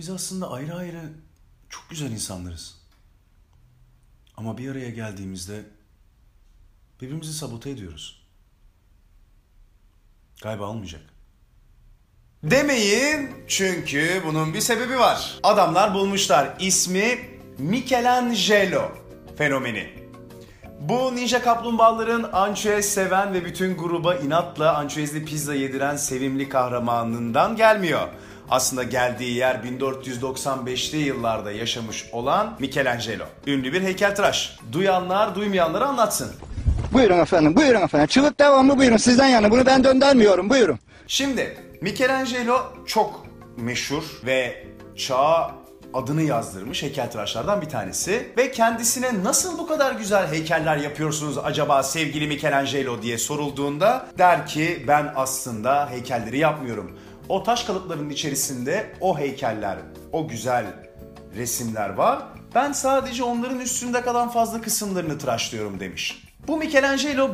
Biz aslında ayrı ayrı çok güzel insanlarız. Ama bir araya geldiğimizde birbirimizi sabote ediyoruz. Galiba olmayacak. Demeyin, çünkü bunun bir sebebi var. Adamlar bulmuşlar. İsmi Michelangelo fenomeni. Bu ninja kaplumbağaların ançüez seven ve bütün gruba inatla ançüezli pizza yediren sevimli kahramanından gelmiyor. Aslında geldiği yer 1495'li yıllarda yaşamış olan Michelangelo. Ünlü bir heykeltıraş. Duyanlar duymayanlara anlatsın. Buyurun efendim, buyurun efendim. Çığlık devamlı buyurun sizden yana. Bunu ben döndürmüyorum, buyurun. Şimdi Michelangelo çok meşhur ve çağa adını yazdırmış heykeltıraşlardan bir tanesi. Ve kendisine nasıl bu kadar güzel heykeller yapıyorsunuz acaba sevgili Michelangelo diye sorulduğunda der ki ben aslında heykelleri yapmıyorum. O taş kalıplarının içerisinde o heykeller, o güzel resimler var. Ben sadece onların üstünde kalan fazla kısımlarını tıraşlıyorum demiş. Bu Michelangelo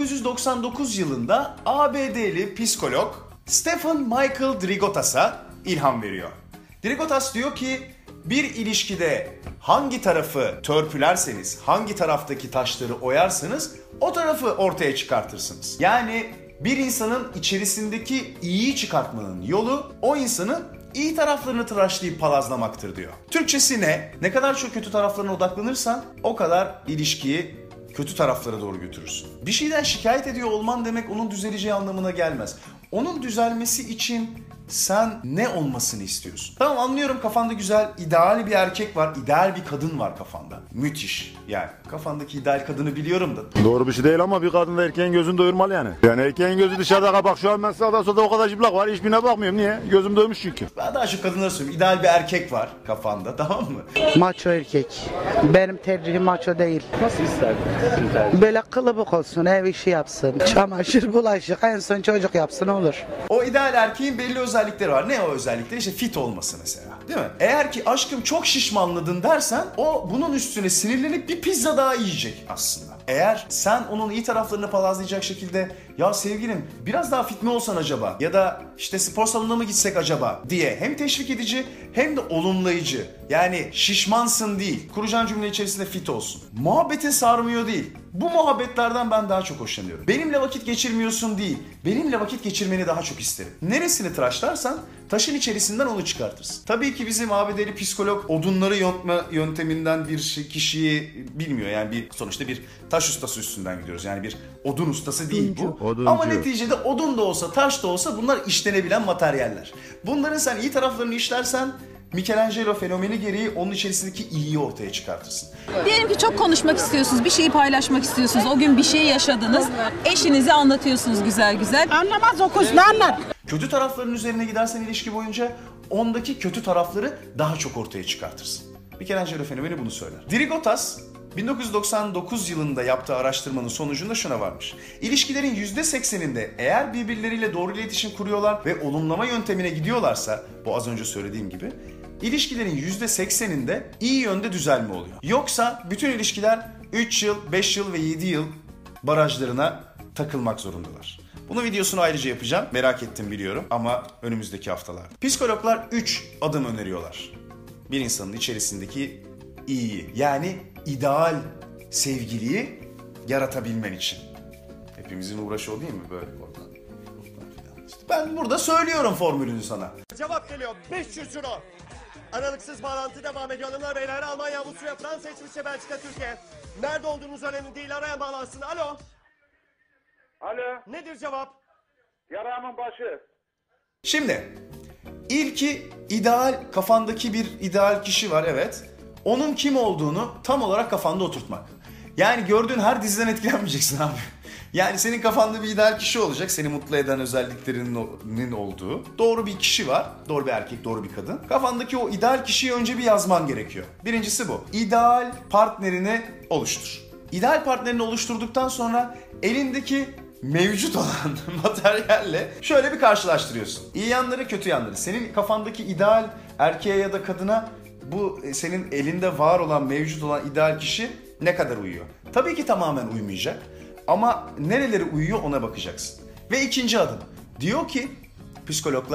1999 yılında ABD'li psikolog Stephen Michael Drigotas'a ilham veriyor. Drigotas diyor ki bir ilişkide hangi tarafı törpülerseniz, hangi taraftaki taşları oyarsanız o tarafı ortaya çıkartırsınız. Yani bir insanın içerisindeki iyiyi çıkartmanın yolu o insanın iyi taraflarını tıraşlayıp palazlamaktır diyor. Türkçesi ne? Ne kadar çok kötü taraflarına odaklanırsan o kadar ilişkiyi kötü taraflara doğru götürürsün. Bir şeyden şikayet ediyor olman demek onun düzeleceği anlamına gelmez. Onun düzelmesi için sen ne olmasını istiyorsun? Tamam, anlıyorum, kafanda güzel, ideal bir erkek var, ideal bir kadın var kafanda. Müthiş. Yani kafandaki ideal kadını biliyorum da. Doğru bir şey değil ama bir kadın da erkeğin gözünü doyurmalı yani. Yani erkeğin gözü dışarıda, bak şu an ben sağda solda o kadar cıplak var, hiçbirine bakmıyorum. Niye? Gözüm doymuş çünkü. Ben daha çok kadınlara söylüyorum. İdeal bir erkek var kafanda, tamam mı? Maço erkek. Benim tercihim maço değil. Nasıl isterdin? Böyle kılıbık olsun, ev işi yapsın. Çamaşır, bulaşık, en son çocuk yapsın olur. O ideal erkeğin belli özellikleri var. Ne o özellikleri? İşte fit olması mesela. Değil mi? Eğer ki aşkım çok şişmanladın dersen o bunun üstüne sinirlenip bir pizza daha yiyecek aslında. Eğer sen onun iyi taraflarını palazlayacak şekilde ya sevgilim biraz daha fit mi olsan acaba ya da işte spor salonuna mı gitsek acaba diye hem teşvik edici hem de olumlayıcı, yani şişmansın değil, kuracağın cümle içerisinde fit olsun. Muhabbetin sarmıyor değil. Bu muhabbetlerden ben daha çok hoşlanıyorum. Benimle vakit geçirmiyorsun değil, benimle vakit geçirmeni daha çok isterim. Neresini tıraşlarsan taşın içerisinden onu çıkartırsın. Tabii ki bizim ABD'li psikolog odunları yontma yönteminden bir kişiyi bilmiyor. Yani sonuçta bir taş ustası üstünden gidiyoruz. Yani bir odun ustası değil bu. Oduncu. Ama neticede odun da olsa taş da olsa bunlar işlenebilen materyaller. Bunların sen iyi taraflarını işlersen Michelangelo fenomeni gereği onun içerisindeki iyiyi ortaya çıkartırsın. Diyelim ki çok konuşmak istiyorsunuz, bir şeyi paylaşmak istiyorsunuz, o gün bir şey yaşadınız, eşinize anlatıyorsunuz güzel güzel. Anlamaz o kız, ne anlar? Kötü tarafların üzerine gidersen ilişki boyunca ondaki kötü tarafları daha çok ortaya çıkartırsın. Michelangelo fenomeni bunu söyler. Drigotas 1999 yılında yaptığı araştırmanın sonucunda şuna varmış. İlişkilerin %80'inde eğer birbirleriyle doğru iletişim kuruyorlar ve olumlama yöntemine gidiyorlarsa, bu az önce söylediğim gibi, ilişkilerin %80'inde iyi yönde düzelme oluyor. Yoksa bütün ilişkiler 3 yıl, 5 yıl ve 7 yıl barajlarına takılmak zorundalar. Bunun videosunu ayrıca yapacağım. Merak ettim biliyorum ama önümüzdeki haftalarda. Psikologlar 3 adım öneriyorlar. Bir insanın içerisindeki iyiyi, yani ideal sevgiliyi yaratabilmen için. Hepimizin uğraşı o değil mi böyle oradan? İşte ben burada söylüyorum formülünü sana. Cevap geliyor 500 euro. Aralıksız bağlantı devam ediyor. Hanımlar beyler, Almanya, Avusturya, Fransa, İsviçre, Belçika, Türkiye. Nerede olduğunuz önemli değil, arayan bağlansın. Alo. Alo, Nedir cevap? yaramın başı. Şimdi ilki ideal, kafandaki bir ideal kişi var, evet. Onun kim olduğunu tam olarak kafanda oturtmak. Yani gördüğün her diziden etkilenmeyeceksin abi. Yani senin kafanda bir ideal kişi olacak. Seni mutlu eden özelliklerinin olduğu. Doğru bir kişi var. Doğru bir erkek, doğru bir kadın. Kafandaki o ideal kişiyi önce bir yazman gerekiyor. Birincisi bu. İdeal partnerini oluştur. İdeal partnerini oluşturduktan sonra elindeki mevcut olan materyalle şöyle bir karşılaştırıyorsun. İyi yanları, kötü yanları. Senin kafandaki ideal erkeğe ya da kadına bu senin elinde var olan, mevcut olan ideal kişi ne kadar uyuyor? Tabii ki tamamen uymayacak ama nereleri uyuyor ona bakacaksın. Ve ikinci adım. Diyor ki psikologlar,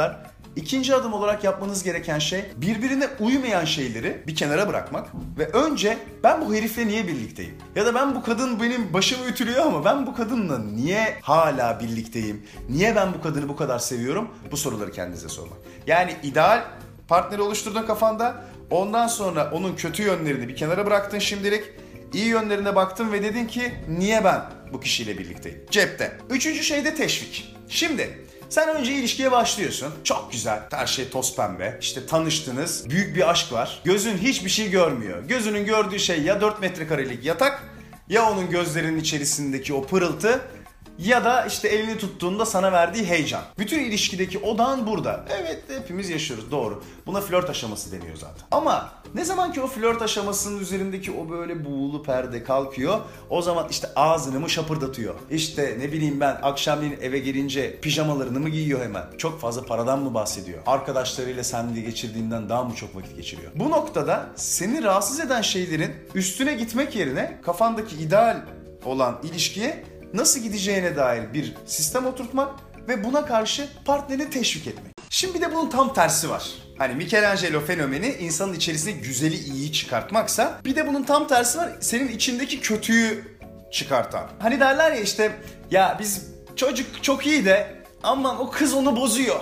İkinci adım olarak yapmanız gereken şey birbirine uymayan şeyleri bir kenara bırakmak ve önce ben bu herifle niye birlikteyim? Ya da ben bu kadın benim başımı ütülüyor ama ben bu kadınla niye hala birlikteyim? Niye ben bu kadını bu kadar seviyorum? Bu soruları kendinize sormak. Yani ideal partneri oluşturdun kafanda. Ondan sonra onun kötü yönlerini bir kenara bıraktın şimdilik. İyi yönlerine baktın ve dedin ki niye ben bu kişiyle birlikteyim? Cepte. Üçüncü şey de teşvik. Şimdi sen önce ilişkiye başlıyorsun. Çok güzel. Her şey toz pembe. İşte tanıştınız. Büyük bir aşk var. Gözün hiçbir şey görmüyor. Gözünün gördüğü şey ya 4 metrekarelik yatak ya onun gözlerinin içerisindeki o pırıltı ya da işte elini tuttuğunda sana verdiği heyecan. Bütün ilişkideki odağın burada. Evet, hepimiz yaşıyoruz, doğru. Buna flört aşaması deniyor zaten. Ama ne zaman ki o flört aşamasının üzerindeki o böyle buğulu perde kalkıyor, o zaman işte ağzını mı şapırdatıyor? İşte ne bileyim ben, akşamleyin eve gelince pijamalarını mı giyiyor hemen? Çok fazla paradan mı bahsediyor? Arkadaşlarıyla seninle geçirdiğinden daha mı çok vakit geçiriyor? Bu noktada seni rahatsız eden şeylerin üstüne gitmek yerine kafandaki ideal olan ilişkiye nasıl gideceğine dair bir sistem oturtmak ve buna karşı partnerini teşvik etmek. Şimdi bir de bunun tam tersi var. Hani Michelangelo fenomeni insanın içerisinde güzeli, iyiyi çıkartmaksa, bir de bunun tam tersi var, senin içindeki kötüyü çıkartan. Hani derler ya işte, ya biz çocuk çok iyi de aman o kız onu bozuyor.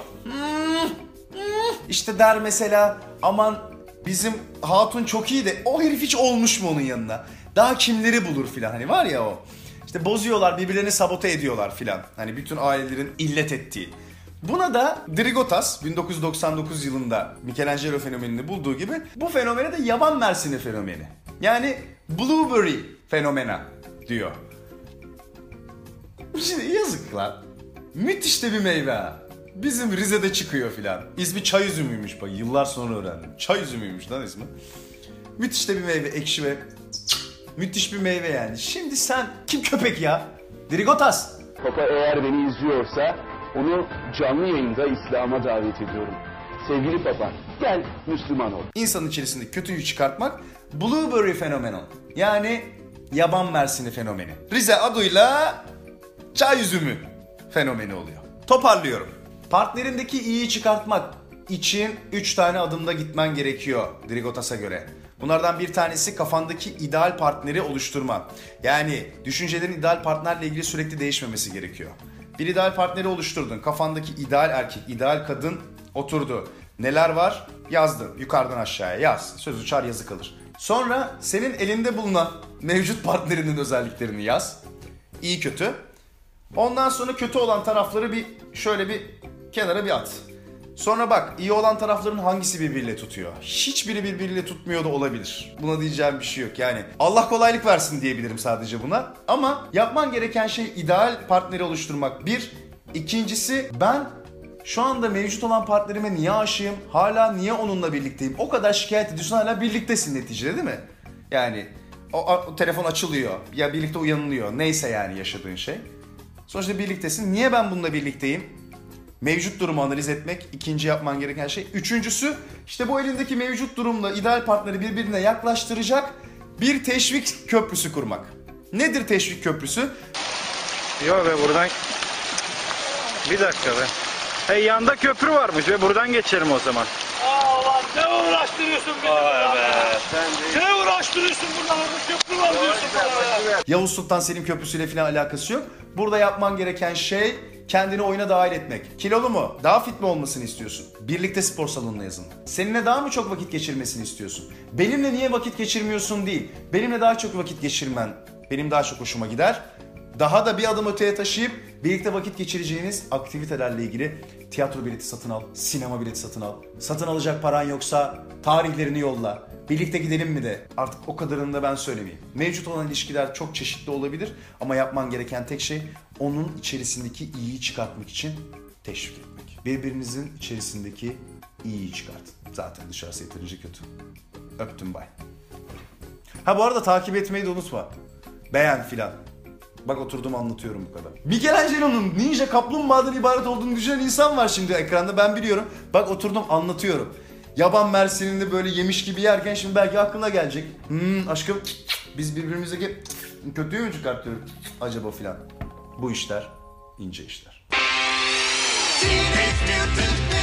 İşte der mesela, aman bizim hatun çok iyi de o herif hiç olmuş mu onun yanına? Daha kimleri bulur filan, hani var ya o. İşte bozuyorlar, birbirlerini sabote ediyorlar filan. Hani bütün ailelerin illet ettiği. Buna da Drigotas 1999 yılında Michelangelo fenomenini bulduğu gibi bu fenomene de yaban mersini fenomeni. Yani blueberry fenomena diyor. Şimdi yazık lan. Müthiş de bir meyve ha. Bizim Rize'de çıkıyor filan. İsmi çay üzümüymüş bak, yıllar sonra öğrendim. Çay üzümüymüş lan ismi. Müthiş de bir meyve, ekşi ve müthiş bir meyve yani. Şimdi sen kim köpek ya? Drigotas. Papa eğer beni izliyorsa onu canlı yayında İslam'a davet ediyorum. Sevgili Papa, gel Müslüman ol. İnsanın içerisinde kötüyü çıkartmak blueberry fenomeni. Yani yaban mersini fenomeni. Rize adıyla çay üzümü fenomeni oluyor. Toparlıyorum. Partnerindeki iyiyi çıkartmak için 3 tane adımda gitmen gerekiyor Drigotas'a göre. Bunlardan bir tanesi kafandaki ideal partneri oluşturma. Yani düşüncelerin ideal partnerle ilgili sürekli değişmemesi gerekiyor. Bir ideal partneri oluşturdun. Kafandaki ideal erkek, ideal kadın oturdu. Neler var? Yazdın. Yukarıdan aşağıya yaz. Söz uçar yazı kalır. Sonra senin elinde bulunan mevcut partnerinin özelliklerini yaz. İyi kötü. Ondan sonra kötü olan tarafları bir şöyle bir kenara bir at. Sonra bak, iyi olan tarafların hangisi birbiriyle tutuyor? Hiçbiri birbiriyle tutmuyor da olabilir. Buna diyeceğim bir şey yok yani. Allah kolaylık versin diyebilirim sadece buna. Ama yapman gereken şey ideal partneri oluşturmak. Bir. İkincisi, ben şu anda mevcut olan partnerime niye aşığım? Hala niye onunla birlikteyim? O kadar şikayet ediyorsun, hala birliktesin neticede değil mi? Yani o telefon açılıyor ya birlikte uyanılıyor. Neyse yani yaşadığın şey. Sonuçta birliktesin. Niye ben bununla birlikteyim? Mevcut durumu analiz etmek ikinci yapman gereken şey. Üçüncüsü, işte bu elindeki mevcut durumla ideal partneri birbirine yaklaştıracak bir teşvik köprüsü kurmak. Nedir teşvik köprüsü? Yok be, buradan... Bir dakika be. Hey, yanda köprü varmış ve buradan geçelim o zaman. Ulan ne uğraştırıyorsun beni Ne uğraştırıyorsun burada? Köprü var diyorsun bana. Yavuz Sultan Selim Köprüsü'yle falan alakası yok. Burada yapman gereken şey kendini oyuna dahil etmek. Kilolu mu? Daha fit mi olmasını istiyorsun? Birlikte spor salonuna yazın. Seninle daha mı çok vakit geçirmesini istiyorsun? Benimle niye vakit geçirmiyorsun değil. Benimle daha çok vakit geçirmen benim daha çok hoşuma gider. Daha da bir adım öteye taşıyıp birlikte vakit geçireceğiniz aktivitelerle ilgili tiyatro bileti satın al, sinema bileti satın al. Satın alacak paran yoksa tarihlerini yolla. Birlikte gidelim mi de, artık o kadarını da ben söylemeyeyim. Mevcut olan ilişkiler çok çeşitli olabilir ama yapman gereken tek şey onun içerisindeki iyiyi çıkartmak için teşvik etmek. Birbirinizin içerisindeki iyiyi çıkartın. Zaten dışarısı yeterince kötü. Öptüm, bay. Ha bu arada takip etmeyi de unutma. Beğen filan. Bak oturdum anlatıyorum bu kadar. Michelangelo'nun ninja kaplumbağadan ibaret olduğunu düşünen insan var şimdi ekranda, ben biliyorum. Bak oturdum anlatıyorum. Yaban mersinini de böyle yemiş gibi yerken şimdi belki aklına gelecek. Aşkım biz birbirimizdeki kötüyü mü çıkartıyoruz acaba filan. Bu işler ince işler.